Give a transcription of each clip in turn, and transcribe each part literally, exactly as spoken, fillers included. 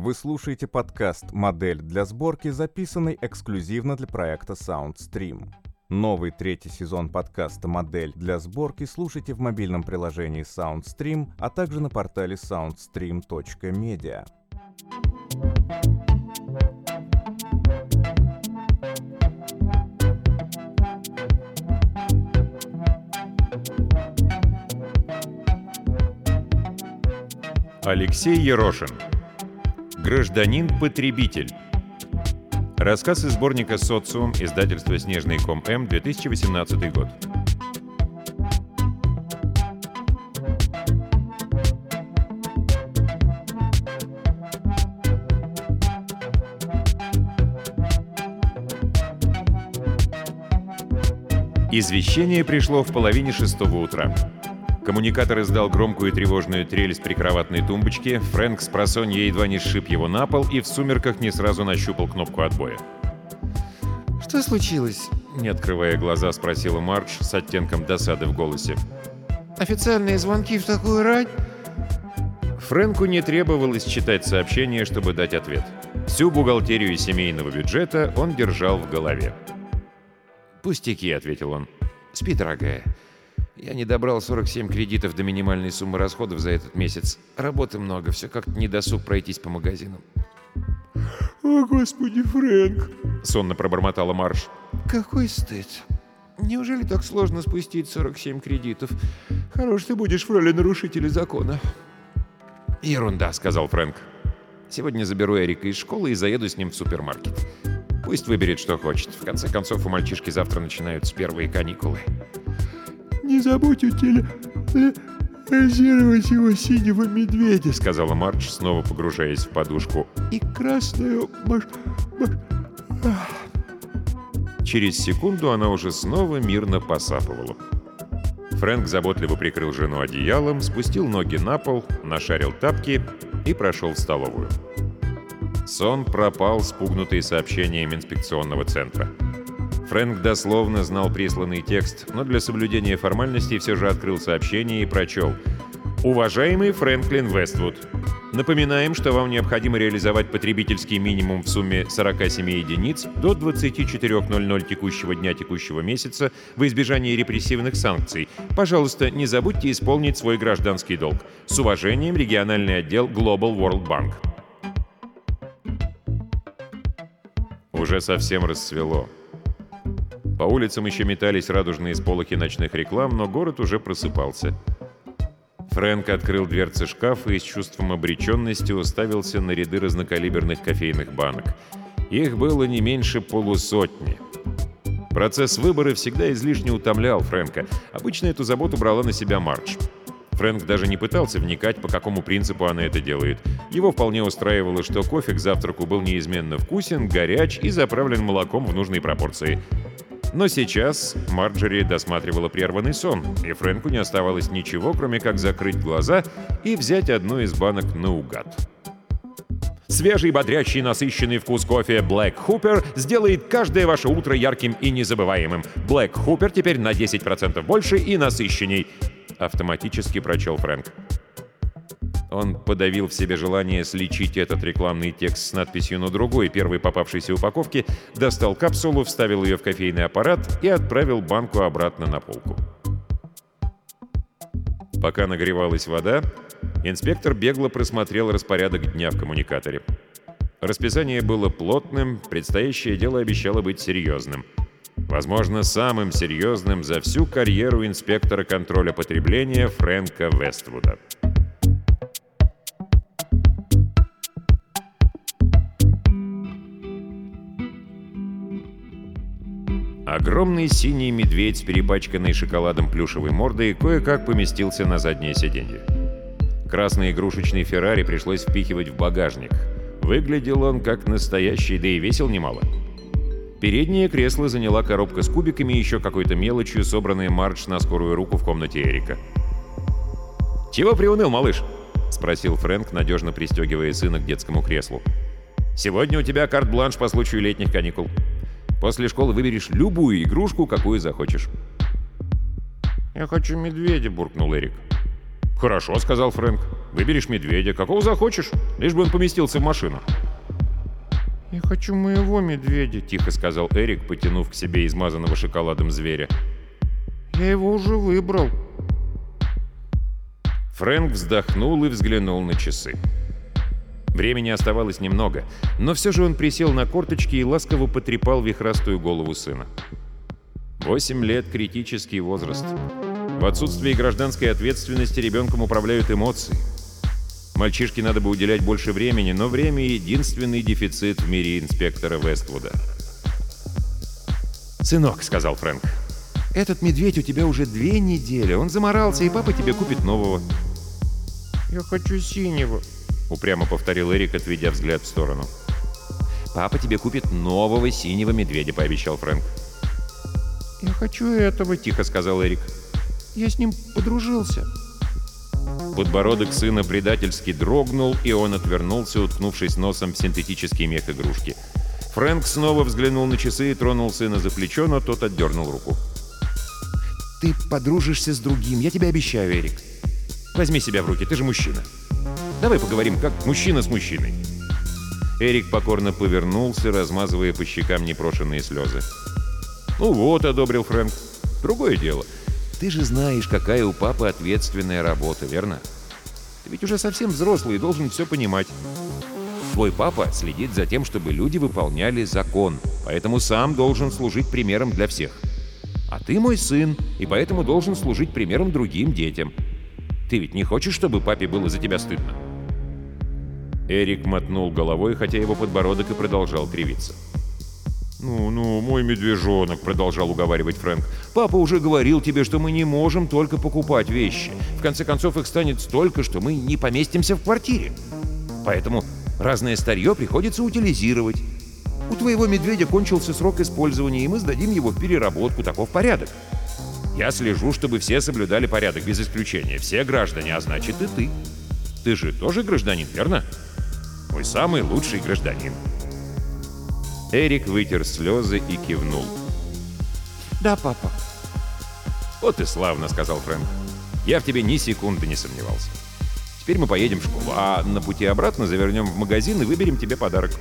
Вы слушаете подкаст «Модель для сборки», записанный эксклюзивно для проекта SoundStream. Новый третий сезон подкаста «Модель для сборки» слушайте в мобильном приложении SoundStream, а также на портале soundstream точка media. Алексей Ерошин. Гражданин-потребитель. Рассказ из сборника «Социум», издательство «Снежный ком М», две тысячи восемнадцатый год. Извещение пришло в половине шестого утра. Коммуникатор издал громкую и тревожную трель с прикроватной тумбочки, Фрэнк спросонья едва не сшиб его на пол и в сумерках не сразу нащупал кнопку отбоя. «Что случилось?» — не открывая глаза, спросила Мардж с оттенком досады в голосе. «Официальные звонки в такую рань?» Фрэнку не требовалось читать сообщение, чтобы дать ответ. Всю бухгалтерию семейного бюджета он держал в голове. «Пустяки», — ответил он. «Спи, дорогая. Я не добрал сорок семь кредитов до минимальной суммы расходов за этот месяц. Работы много, все как-то недосуг пройтись по магазинам». «О, Господи, Фрэнк!» — сонно пробормотала Мардж. «Какой стыд! Неужели так сложно спустить сорок семь кредитов? Хорош ты будешь в роли нарушителя закона». «Ерунда», — сказал Фрэнк. «Сегодня заберу Эрика из школы и заеду с ним в супермаркет. Пусть выберет, что хочет. В конце концов, у мальчишки завтра начинаются первые каникулы». «Не забудь утилизировать его синего медведя», — сказала Мардж, снова погружаясь в подушку. «И красную маш... маш... Через секунду она уже снова мирно посапывала. Фрэнк заботливо прикрыл жену одеялом, спустил ноги на пол, нашарил тапки и прошел в столовую. Сон пропал, спугнутый сообщением инспекционного центра. Фрэнк дословно знал присланный текст, но для соблюдения формальностей все же открыл сообщение и прочел. «Уважаемый Фрэнклин Вествуд, напоминаем, что вам необходимо реализовать потребительский минимум в сумме сорок семь единиц до двадцати четырёх ноль-ноль текущего дня текущего месяца в избежании репрессивных санкций. Пожалуйста, не забудьте исполнить свой гражданский долг. С уважением, региональный отдел Global World Bank». Уже совсем рассвело. По улицам еще метались радужные сполохи ночных реклам, но город уже просыпался. Фрэнк открыл дверцы шкафа и с чувством обреченности уставился на ряды разнокалиберных кофейных банок. Их было не меньше полусотни. Процесс выбора всегда излишне утомлял Фрэнка. Обычно эту заботу брала на себя Мардж. Фрэнк даже не пытался вникать, по какому принципу она это делает. Его вполне устраивало, что кофе к завтраку был неизменно вкусен, горяч и заправлен молоком в нужной пропорции. Но сейчас Марджери досматривала прерванный сон, и Фрэнку не оставалось ничего, кроме как закрыть глаза и взять одну из банок наугад. Свежий, бодрящий, насыщенный вкус кофе Black Hooper сделает каждое ваше утро ярким и незабываемым. Black Hooper теперь на десять процентов больше и насыщенней. Автоматически прочел Фрэнк. Он подавил в себе желание сличить этот рекламный текст с надписью на другой, первой попавшейся упаковке, достал капсулу, вставил ее в кофейный аппарат и отправил банку обратно на полку. Пока нагревалась вода, инспектор бегло просмотрел распорядок дня в коммуникаторе. Расписание было плотным, предстоящее дело обещало быть серьезным. Возможно, самым серьезным за всю карьеру инспектора контроля потребления Фрэнка Вествуда. Огромный синий медведь с перепачканной шоколадом плюшевой мордой кое-как поместился на заднее сиденье. Красный игрушечный Феррари пришлось впихивать в багажник. Выглядел он как настоящий, да и весил немало. Переднее кресло заняла коробка с кубиками и еще какой-то мелочью, собранная Мардж на скорую руку в комнате Эрика. «Чего приуныл, малыш?» — спросил Фрэнк, надежно пристегивая сына к детскому креслу. «Сегодня у тебя карт-бланш по случаю летних каникул. После школы выберешь любую игрушку, какую захочешь». «Я хочу медведя», — буркнул Эрик. «Хорошо», — сказал Фрэнк. «Выберешь медведя, какого захочешь, лишь бы он поместился в машину». «Я хочу моего медведя», — Тихо сказал Эрик, потянув к себе измазанного шоколадом зверя. «Я его уже выбрал». Фрэнк вздохнул и взглянул на часы. Времени оставалось немного, но все же он присел на корточки и ласково потрепал вихрастую голову сына. Восемь лет — критический возраст. В отсутствии гражданской ответственности ребенком управляют эмоции. Мальчишке надо бы уделять больше времени, но время — единственный дефицит в мире инспектора Вествуда. «Сынок», — сказал Фрэнк, — «этот медведь у тебя уже две недели. Он заморался, и папа тебе купит нового». «Я хочу синего», — упрямо повторил Эрик, отведя взгляд в сторону. «Папа тебе купит нового синего медведя», — пообещал Фрэнк. «Я хочу этого», — тихо сказал Эрик. «Я с ним подружился». Подбородок сына предательски дрогнул, и он отвернулся, уткнувшись носом в синтетический мех игрушки. Фрэнк снова взглянул на часы и тронул сына за плечо, но тот отдернул руку. «Ты подружишься с другим, я тебе обещаю, Эрик. Возьми себя в руки, ты же мужчина. Давай поговорим, как мужчина с мужчиной». Эрик покорно повернулся, размазывая по щекам непрошенные слезы. «Ну вот», — одобрил Фрэнк, — «другое дело. Ты же знаешь, какая у папы ответственная работа, верно? Ты ведь уже совсем взрослый и должен все понимать. Твой папа следит за тем, чтобы люди выполняли закон, поэтому сам должен служить примером для всех. А ты мой сын, и поэтому должен служить примером другим детям. Ты ведь не хочешь, чтобы папе было за тебя стыдно?» Эрик мотнул головой, хотя его подбородок и продолжал кривиться. «Ну-ну, мой медвежонок», — продолжал уговаривать Фрэнк. «Папа уже говорил тебе, что мы не можем только покупать вещи. В конце концов, их станет столько, что мы не поместимся в квартире. Поэтому разное старье приходится утилизировать. У твоего медведя кончился срок использования, и мы сдадим его в переработку. Таков порядок. Я слежу, чтобы все соблюдали порядок без исключения. Все граждане, а значит и ты. Ты же тоже гражданин, верно? Мой самый лучший гражданин». Эрик вытер слезы и кивнул. «Да, папа». «Вот и славно», — сказал Фрэнк. «Я в тебе ни секунды не сомневался. Теперь мы поедем в школу, а на пути обратно завернем в магазин и выберем тебе подарок».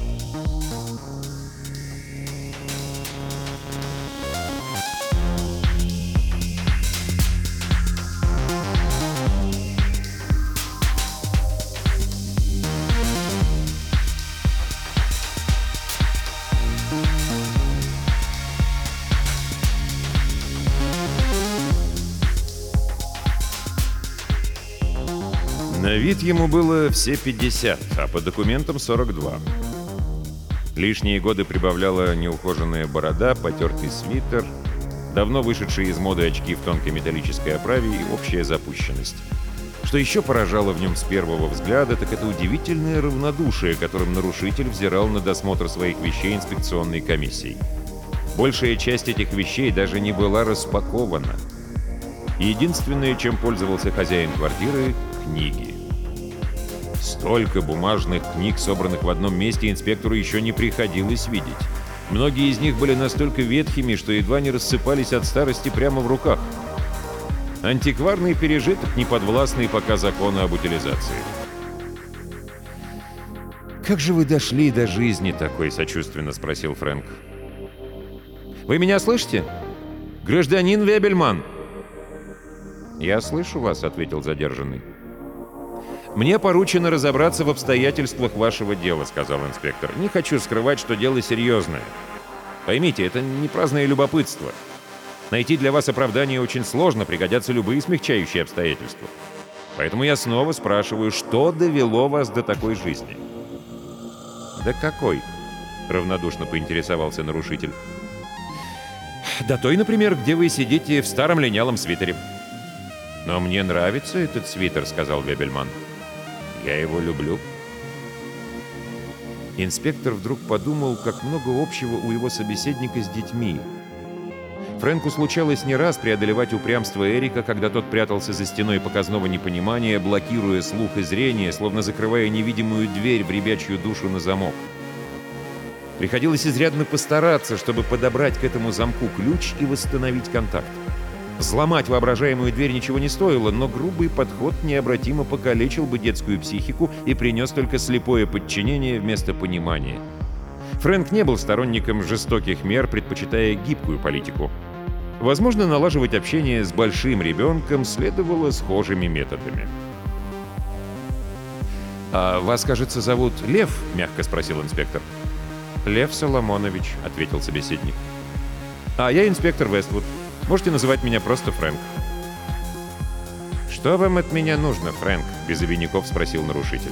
На вид ему было все пятьдесят, а по документам сорок два. Лишние годы прибавляла неухоженная борода, потертый свитер, давно вышедшие из моды очки в тонкой металлической оправе и общая запущенность. Что еще поражало в нем с первого взгляда, так это удивительное равнодушие, которым нарушитель взирал на досмотр своих вещей инспекционной комиссией. Большая часть этих вещей даже не была распакована. Единственное, чем пользовался хозяин квартиры — книги. Столько бумажных книг, собранных в одном месте, инспектору еще не приходилось видеть. Многие из них были настолько ветхими, что едва не рассыпались от старости прямо в руках. Антикварный пережиток, не подвластный пока закону об утилизации. «Как же вы дошли до жизни такой?» — сочувственно спросил Фрэнк. «Вы меня слышите? Гражданин Вебельман!» «Я слышу вас», — ответил задержанный. «Мне поручено разобраться в обстоятельствах вашего дела», — сказал инспектор. «Не хочу скрывать, что дело серьезное. Поймите, это не праздное любопытство. Найти для вас оправдание очень сложно, пригодятся любые смягчающие обстоятельства. Поэтому я снова спрашиваю, что довело вас до такой жизни?» «Да какой?» — равнодушно поинтересовался нарушитель. «До той, например, где вы сидите в старом линялом свитере». «Но мне нравится этот свитер», — сказал Вебельман. «Я его люблю». Инспектор вдруг подумал, как много общего у его собеседника с детьми. Фрэнку случалось не раз преодолевать упрямство Эрика, когда тот прятался за стеной показного непонимания, блокируя слух и зрение, словно закрывая невидимую дверь в ребячью душу на замок. Приходилось изрядно постараться, чтобы подобрать к этому замку ключ и восстановить контакт. Взломать воображаемую дверь ничего не стоило, но грубый подход необратимо покалечил бы детскую психику и принес только слепое подчинение вместо понимания. Фрэнк не был сторонником жестоких мер, предпочитая гибкую политику. Возможно, налаживать общение с большим ребенком следовало схожими методами. «А вас, кажется, зовут Лев?» — мягко спросил инспектор. «Лев Соломонович», — ответил собеседник. «А я инспектор Вествуд. Можете называть меня просто Фрэнк». «Что вам от меня нужно, Фрэнк?» — без обиняков спросил нарушитель.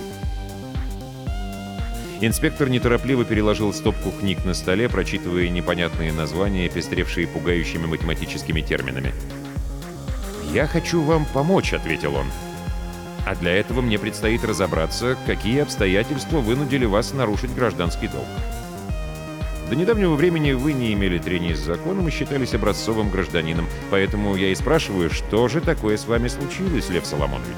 Инспектор неторопливо переложил стопку книг на столе, прочитывая непонятные названия, пестревшие пугающими математическими терминами. «Я хочу вам помочь», — ответил он. «А для этого мне предстоит разобраться, какие обстоятельства вынудили вас нарушить гражданский долг. До недавнего времени вы не имели трений с законом и считались образцовым гражданином, поэтому я и спрашиваю, что же такое с вами случилось, Лев Соломонович?»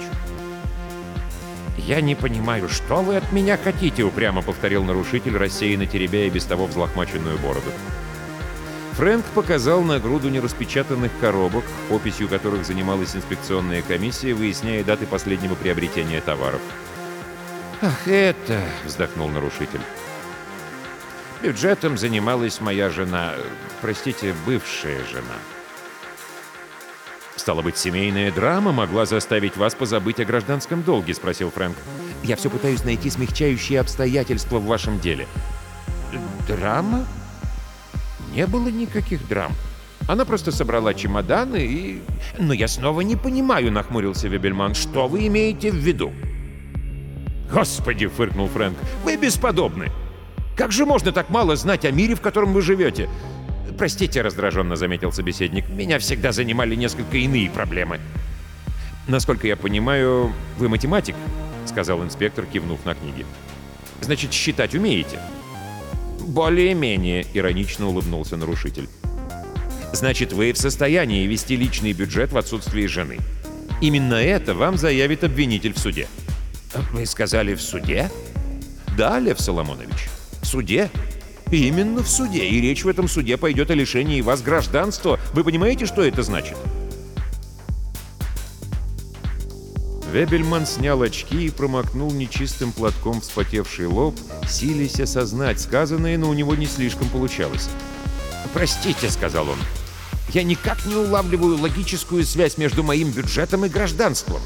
«Я не понимаю, что вы от меня хотите?» — упрямо повторил нарушитель, рассеянно теребя и без того взлохмаченную бороду. Фрэнк показал на груду нераспечатанных коробок, описью которых занималась инспекционная комиссия, выясняя даты последнего приобретения товаров. «Ах, это...» — вздохнул нарушитель. «Бюджетом занималась моя жена... Простите, бывшая жена». «Стало быть, семейная драма могла заставить вас позабыть о гражданском долге?» — спросил Фрэнк. «Я все пытаюсь найти смягчающие обстоятельства в вашем деле». «Драма? Не было никаких драм. Она просто собрала чемоданы и...» «Но я снова не понимаю», — нахмурился Вебельман. «Что вы имеете в виду?» «Господи!» — фыркнул Фрэнк. «Вы бесподобны! Как же можно так мало знать о мире, в котором вы живете?» «Простите», — раздраженно заметил собеседник, — «меня всегда занимали несколько иные проблемы». «Насколько я понимаю, вы математик?» — сказал инспектор, кивнув на книги. «Значит, считать умеете?» «Более-менее», — иронично улыбнулся нарушитель. «Значит, вы в состоянии вести личный бюджет в отсутствии жены. Именно это вам заявит обвинитель в суде». «Вы сказали, в суде?» «Да, Лев Соломонович, в суде. Именно в суде. И речь в этом суде пойдет о лишении вас гражданства. Вы понимаете, что это значит?» Вебельман снял очки и промокнул нечистым платком вспотевший лоб, силясь осознать сказанное, но у него не слишком получалось. «Простите», — сказал он, — «я никак не улавливаю логическую связь между моим бюджетом и гражданством».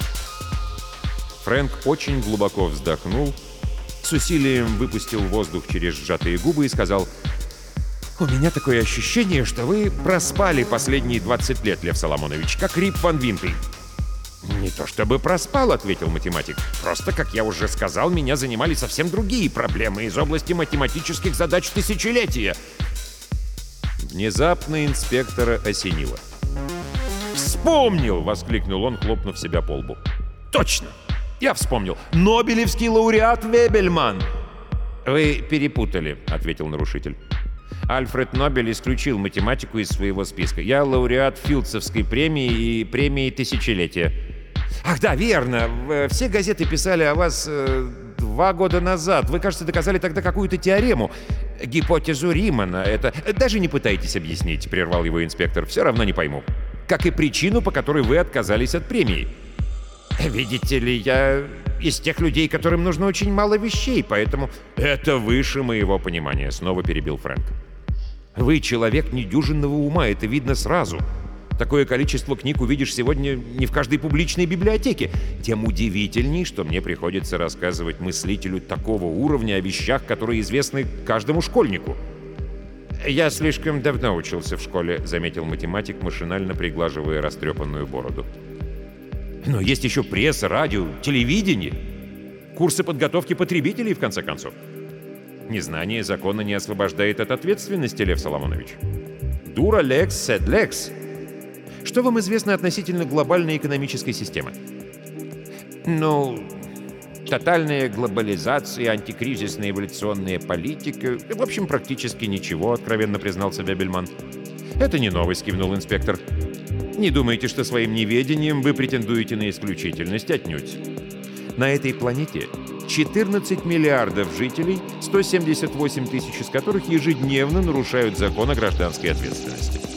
Фрэнк очень глубоко вздохнул, с усилием выпустил воздух через сжатые губы и сказал: «У меня такое ощущение, что вы проспали последние двадцать лет, Лев Соломонович, как Рип ван Винкель». «Не то чтобы проспал», — ответил математик. «Просто, как я уже сказал, меня занимали совсем другие проблемы из области математических задач тысячелетия». Внезапно инспектора осенило. «Вспомнил!» — воскликнул он, хлопнув себя по лбу. «Точно! Я вспомнил! Нобелевский лауреат Вебельман!» «Вы перепутали», — ответил нарушитель. «Альфред Нобель исключил математику из своего списка. Я лауреат Филдсовской премии и премии тысячелетия». «Ах да, верно! Все газеты писали о вас э, два года назад. Вы, кажется, доказали тогда какую-то теорему. Гипотезу Римана. Это... Даже не пытайтесь объяснить», — прервал его инспектор. «Все равно не пойму. Как и причину, по которой вы отказались от премии». «Видите ли, я из тех людей, которым нужно очень мало вещей, поэтому...» «Это выше моего понимания», — снова перебил Фрэнк. «Вы человек недюжинного ума, это видно сразу. Такое количество книг увидишь сегодня не в каждой публичной библиотеке. Тем удивительней, что мне приходится рассказывать мыслителю такого уровня о вещах, которые известны каждому школьнику». «Я слишком давно учился в школе», — заметил математик, машинально приглаживая растрепанную бороду. «Но есть еще пресса, радио, телевидение, курсы подготовки потребителей, в конце концов. Незнание закона не освобождает от ответственности, Лев Соломонович. Дура лекс сед лекс. Что вам известно относительно глобальной экономической системы?» «Ну, тотальная глобализация, антикризисная эволюционная политика. В общем, практически ничего», — откровенно признался Вебельман. «Это не новость», — кивнул инспектор. «Не думайте, что своим неведением вы претендуете на исключительность, отнюдь. На этой планете четырнадцать миллиардов жителей, сто семьдесят восемь тысяч из которых ежедневно нарушают закон о гражданской ответственности.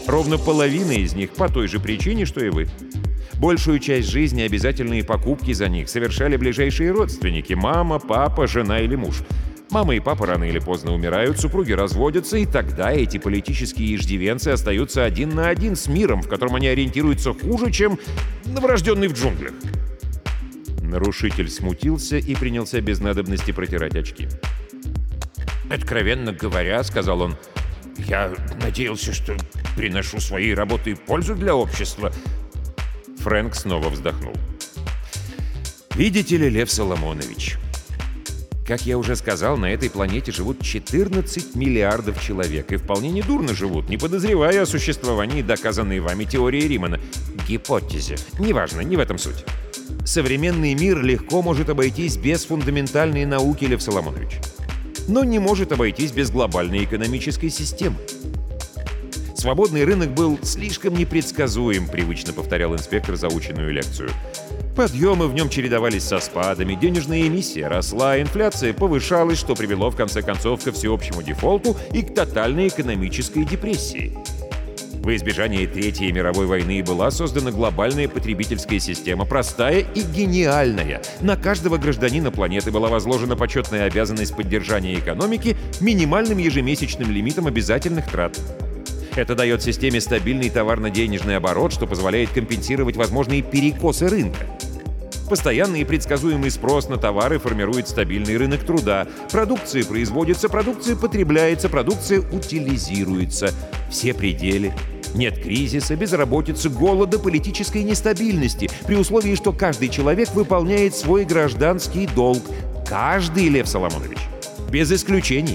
Ровно половина из них по той же причине, что и вы. Большую часть жизни обязательные покупки за них совершали ближайшие родственники – мама, папа, жена или муж. Мама и папа рано или поздно умирают, супруги разводятся, и тогда эти политические иждивенцы остаются один на один с миром, в котором они ориентируются хуже, чем новорожденный в джунглях. Нарушитель смутился и принялся без надобности протирать очки. «Откровенно говоря, — сказал он, — я надеялся, что приношу своей работой пользу для общества». Фрэнк снова вздохнул. «Видите ли, Лев Соломонович, как я уже сказал, на этой планете живут четырнадцать миллиардов человек, и вполне недурно живут, не подозревая о существовании доказанной вами теории Римана. Гипотезе. Неважно, не в этом суть. Современный мир легко может обойтись без фундаментальной науки, Лев Соломонович, но не может обойтись без глобальной экономической системы. Свободный рынок был слишком непредсказуем, привычно повторял инспектор заученную лекцию. Подъемы в нем чередовались со спадами, денежная эмиссия росла, инфляция повышалась, что привело в конце концов ко всеобщему дефолту и к тотальной экономической депрессии. Во избежание Третьей мировой войны была создана глобальная потребительская система, простая и гениальная. На каждого гражданина планеты была возложена почетная обязанность поддержания экономики минимальным ежемесячным лимитом обязательных трат. Это дает системе стабильный товарно-денежный оборот, что позволяет компенсировать возможные перекосы рынка. Постоянный и предсказуемый спрос на товары формирует стабильный рынок труда. Продукция производится, продукция потребляется, продукция утилизируется. Все пределы. Нет кризиса, безработицы, голода, политической нестабильности, при условии, что каждый человек выполняет свой гражданский долг. Каждый, Лев Соломонович. Без исключений.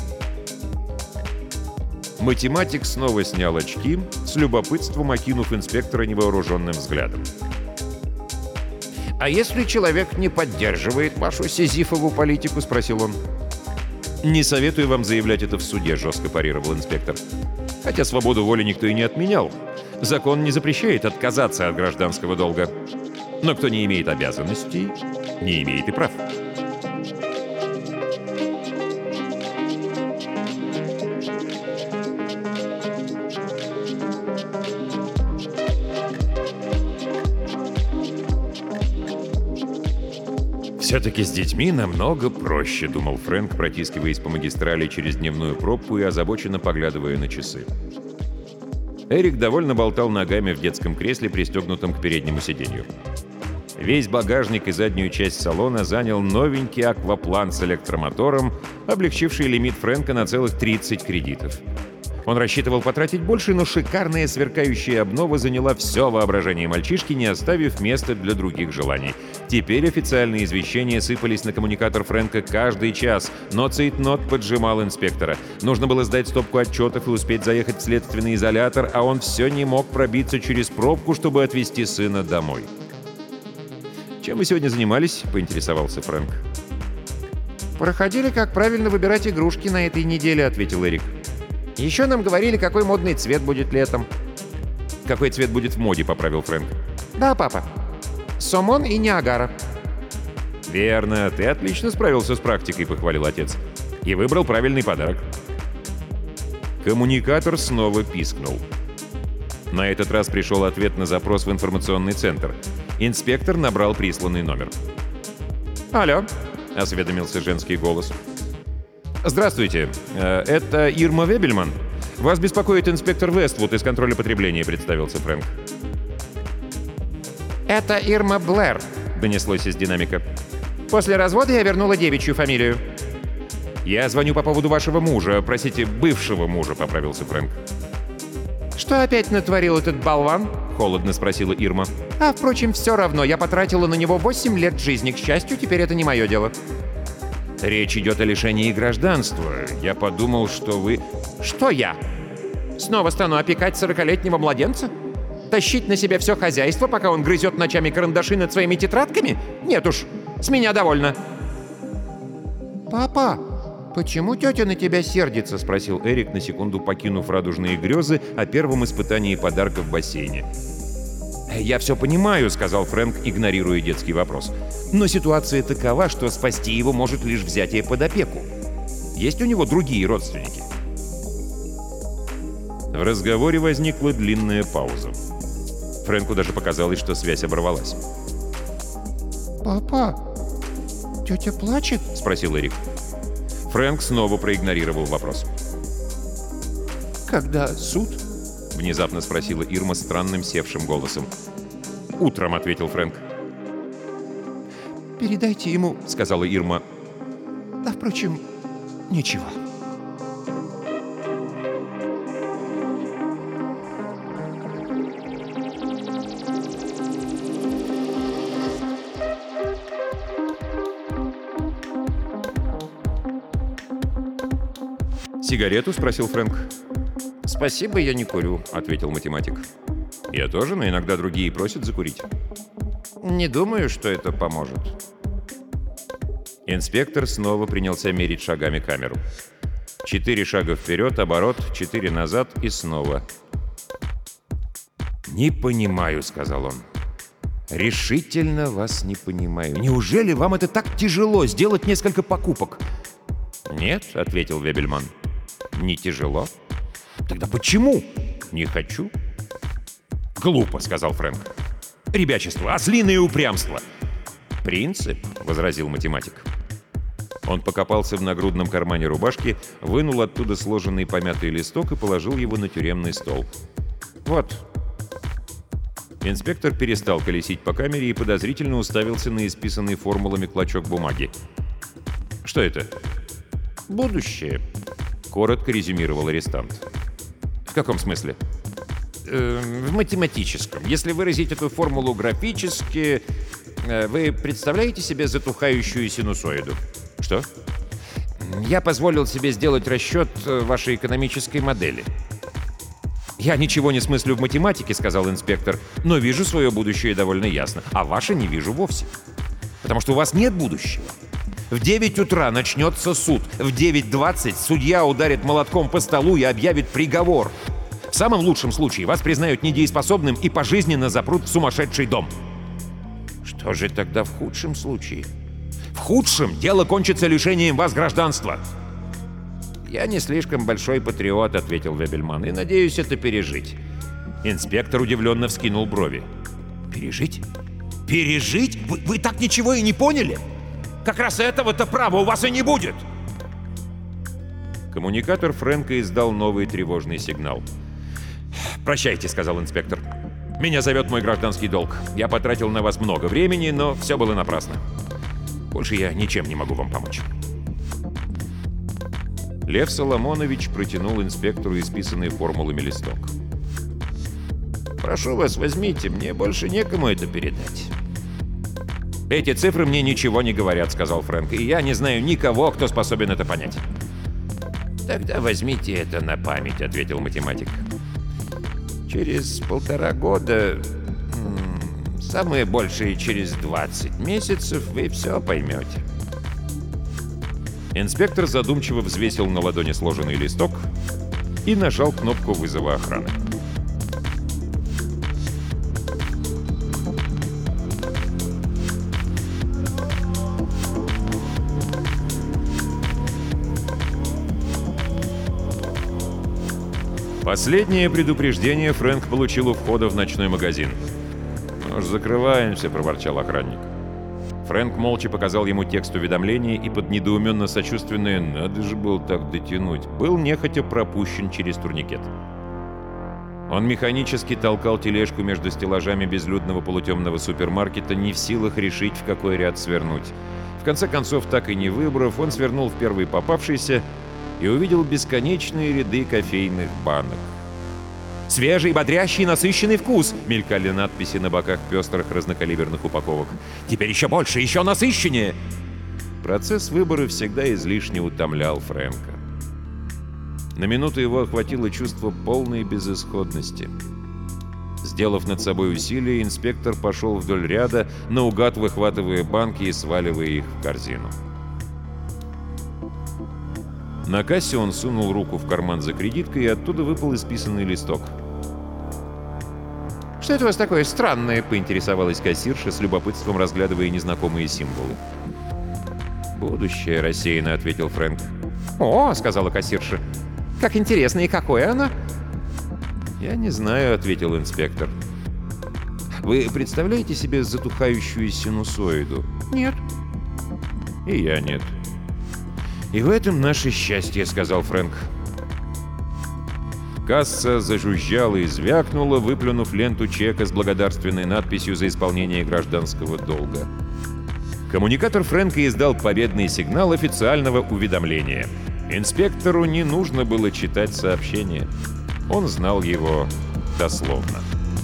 Математик снова снял очки, с любопытством окинув инспектора невооруженным взглядом. «А если человек не поддерживает вашу сизифову политику?» — спросил он. «Не советую вам заявлять это в суде», — жестко парировал инспектор. «Хотя свободу воли никто и не отменял. Закон не запрещает отказаться от гражданского долга. Но кто не имеет обязанностей, не имеет и прав». «Все-таки с детьми намного проще», — думал Фрэнк, протискиваясь по магистрали через дневную пробку и озабоченно поглядывая на часы. Эрик довольно болтал ногами в детском кресле, пристегнутом к переднему сиденью. Весь багажник и заднюю часть салона занял новенький акваплан с электромотором, облегчивший лимит Фрэнка на целых тридцать кредитов. Он рассчитывал потратить больше, но шикарная сверкающая обнова заняла все воображение мальчишки, не оставив места для других желаний. Теперь официальные извещения сыпались на коммуникатор Фрэнка каждый час, но цейтнот поджимал инспектора. Нужно было сдать стопку отчетов и успеть заехать в следственный изолятор, а он все не мог пробиться через пробку, чтобы отвезти сына домой. «Чем вы сегодня занимались?» — поинтересовался Фрэнк. «Проходили, как правильно выбирать игрушки на этой неделе», — ответил Эрик. «Еще нам говорили, какой модный цвет будет летом». «Какой цвет будет в моде?» — поправил Фрэнк. «Да, папа. Сомон и Ниагара». «Верно. Ты отлично справился с практикой», — похвалил отец. «И выбрал правильный подарок». Коммуникатор снова пискнул. На этот раз пришел ответ на запрос в информационный центр. Инспектор набрал присланный номер. «Алло», — осведомился женский голос. «Здравствуйте. Это Ирма Вебельман. Вас беспокоит инспектор Вествуд из контроля потребления», — представился Фрэнк. «Это Ирма Блэр», — донеслось из динамика. «После развода я вернула девичью фамилию». «Я звоню по поводу вашего мужа. Простите, бывшего мужа», — поправился Фрэнк. «Что опять натворил этот болван?» — холодно спросила Ирма. «А, впрочем, все равно. Я потратила на него восемь лет жизни. К счастью, теперь это не мое дело». «Речь идет о лишении гражданства. Я подумал, что вы...» «Что я? Снова стану опекать сорокалетнего младенца? Тащить на себя все хозяйство, пока он грызет ночами карандаши над своими тетрадками? Нет уж, с меня довольно». «Папа, почему тетя на тебя сердится?» — спросил Эрик, на секунду покинув радужные грезы о первом испытании подарка в бассейне. «Я все понимаю», — сказал Фрэнк, игнорируя детский вопрос. «Но ситуация такова, что спасти его может лишь взятие под опеку. Есть у него другие родственники?» В разговоре возникла длинная пауза. Фрэнку даже показалось, что связь оборвалась. «Папа, тетя плачет?» — спросил Эрик. Фрэнк снова проигнорировал вопрос. «Когда суд?» — внезапно спросила Ирма странным севшим голосом. «Утром», — ответил Фрэнк. «Передайте ему», — сказала Ирма. «А, впрочем, ничего». «Сигарету?» — спросил Фрэнк. «Спасибо, я не курю», — ответил математик. «Я тоже, но иногда другие просят закурить». «Не думаю, что это поможет». Инспектор снова принялся мерить шагами камеру. Четыре шага вперед, оборот, четыре назад и снова. «Не понимаю», — сказал он. «Решительно вас не понимаю. Неужели вам это так тяжело — сделать несколько покупок?» «Нет», — ответил Вебельман. «Не тяжело». «Тогда почему?» «Не хочу». «Глупо», — сказал Фрэнк. «Ребячество, ослиное упрямство». «Принцип», — возразил математик. Он покопался в нагрудном кармане рубашки, вынул оттуда сложенный помятый листок и положил его на тюремный стол. «Вот». Инспектор перестал колесить по камере и подозрительно уставился на исписанный формулами клочок бумаги. «Что это?» «Будущее», — коротко резюмировал арестант. «В каком смысле?» э, «В математическом. Если выразить эту формулу графически, э, вы представляете себе затухающую синусоиду?» «Что?» «Я позволил себе сделать расчет вашей экономической модели». «Я ничего не смыслю в математике», — сказал инспектор, «но вижу свое будущее довольно ясно, а ваше не вижу вовсе. Потому что у вас нет будущего. В девять утра начнется суд. В девять двадцать судья ударит молотком по столу и объявит приговор. В самом лучшем случае вас признают недееспособным и пожизненно запрут в сумасшедший дом». «Что же тогда в худшем случае?» «В худшем дело кончится лишением вас гражданства». «Я не слишком большой патриот», — ответил Вебельман, — «и надеюсь это пережить». Инспектор удивленно вскинул брови. «Пережить? Пережить? Вы, вы так ничего и не поняли? Как раз этого-то права у вас и не будет!» Коммуникатор Фрэнка издал новый тревожный сигнал. «Прощайте», — сказал инспектор. «Меня зовет мой гражданский долг. Я потратил на вас много времени, но все было напрасно. Больше я ничем не могу вам помочь». Лев Соломонович протянул инспектору исписанный формулами листок. «Прошу вас, возьмите, мне больше некому это передать». «Эти цифры мне ничего не говорят», — сказал Фрэнк, «и я не знаю никого, кто способен это понять». «Тогда возьмите это на память», — ответил математик. «Через полтора года, самое большее через двадцать месяцев, вы все поймете». Инспектор задумчиво взвесил на ладони сложенный листок и нажал кнопку вызова охраны. Последнее предупреждение Фрэнк получил у входа в ночной магазин. «Ну ж, закрываемся», — проворчал охранник. Фрэнк молча показал ему текст уведомления и под недоуменно-сочувственное «надо же было так дотянуть» был нехотя пропущен через турникет. Он механически толкал тележку между стеллажами безлюдного полутемного супермаркета, не в силах решить, в какой ряд свернуть. В конце концов, так и не выбрав, он свернул в первый попавшийся и увидел бесконечные ряды кофейных банок. «Свежий, бодрящий, насыщенный вкус!» — мелькали надписи на боках пестрых разнокалиберных упаковок. «Теперь еще больше, еще насыщеннее!» Процесс выбора всегда излишне утомлял Фрэнка. На минуту его охватило чувство полной безысходности. Сделав над собой усилие, инспектор пошел вдоль ряда, наугад выхватывая банки и сваливая их в корзину. На кассе он сунул руку в карман за кредиткой, и оттуда выпал исписанный листок. «Что это у вас такое странное?» — поинтересовалась кассирша, с любопытством разглядывая незнакомые символы. «Будущее», — рассеянно ответил Фрэнк. «О», — сказала кассирша, — «как интересно, и какое оно?» «Я не знаю», — ответил инспектор. «Вы представляете себе затухающую синусоиду?» Нет. «И я нет». «И в этом наше счастье», — сказал Фрэнк. Касса зажужжала и звякнула, выплюнув ленту чека с благодарственной надписью за исполнение гражданского долга. Коммуникатор Фрэнка издал победный сигнал официального уведомления. Инспектору не нужно было читать сообщение. Он знал его дословно.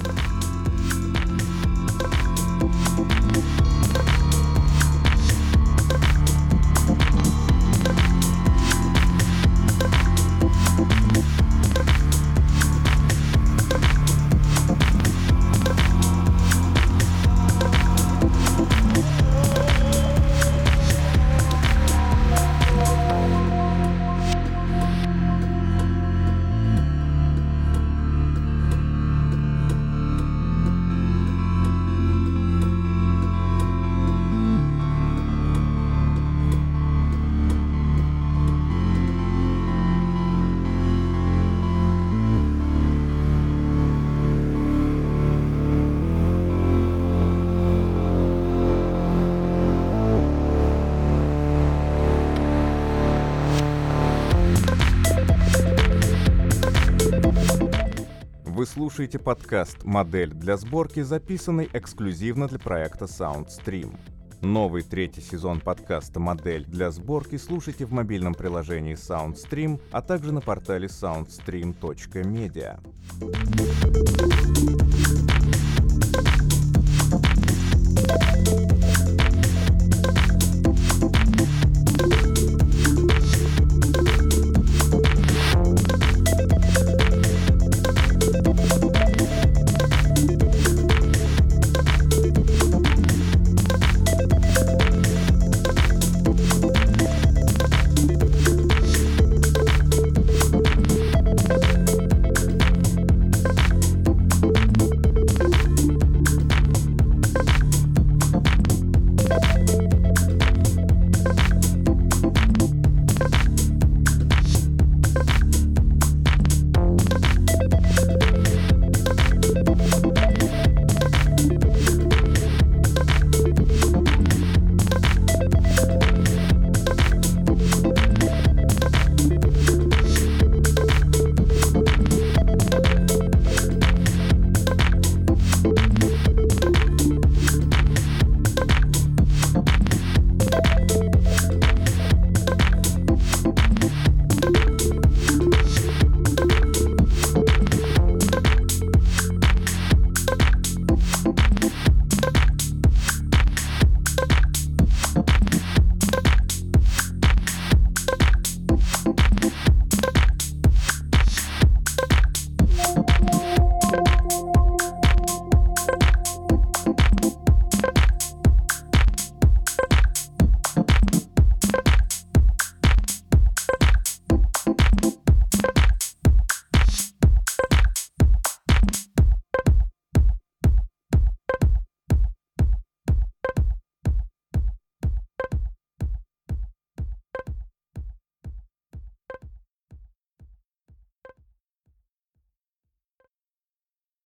Вы слушаете подкаст «Модель для сборки», записанный эксклюзивно для проекта SoundStream. Новый третий сезон подкаста «Модель для сборки» слушайте в мобильном приложении SoundStream, а также на портале soundstream точка media.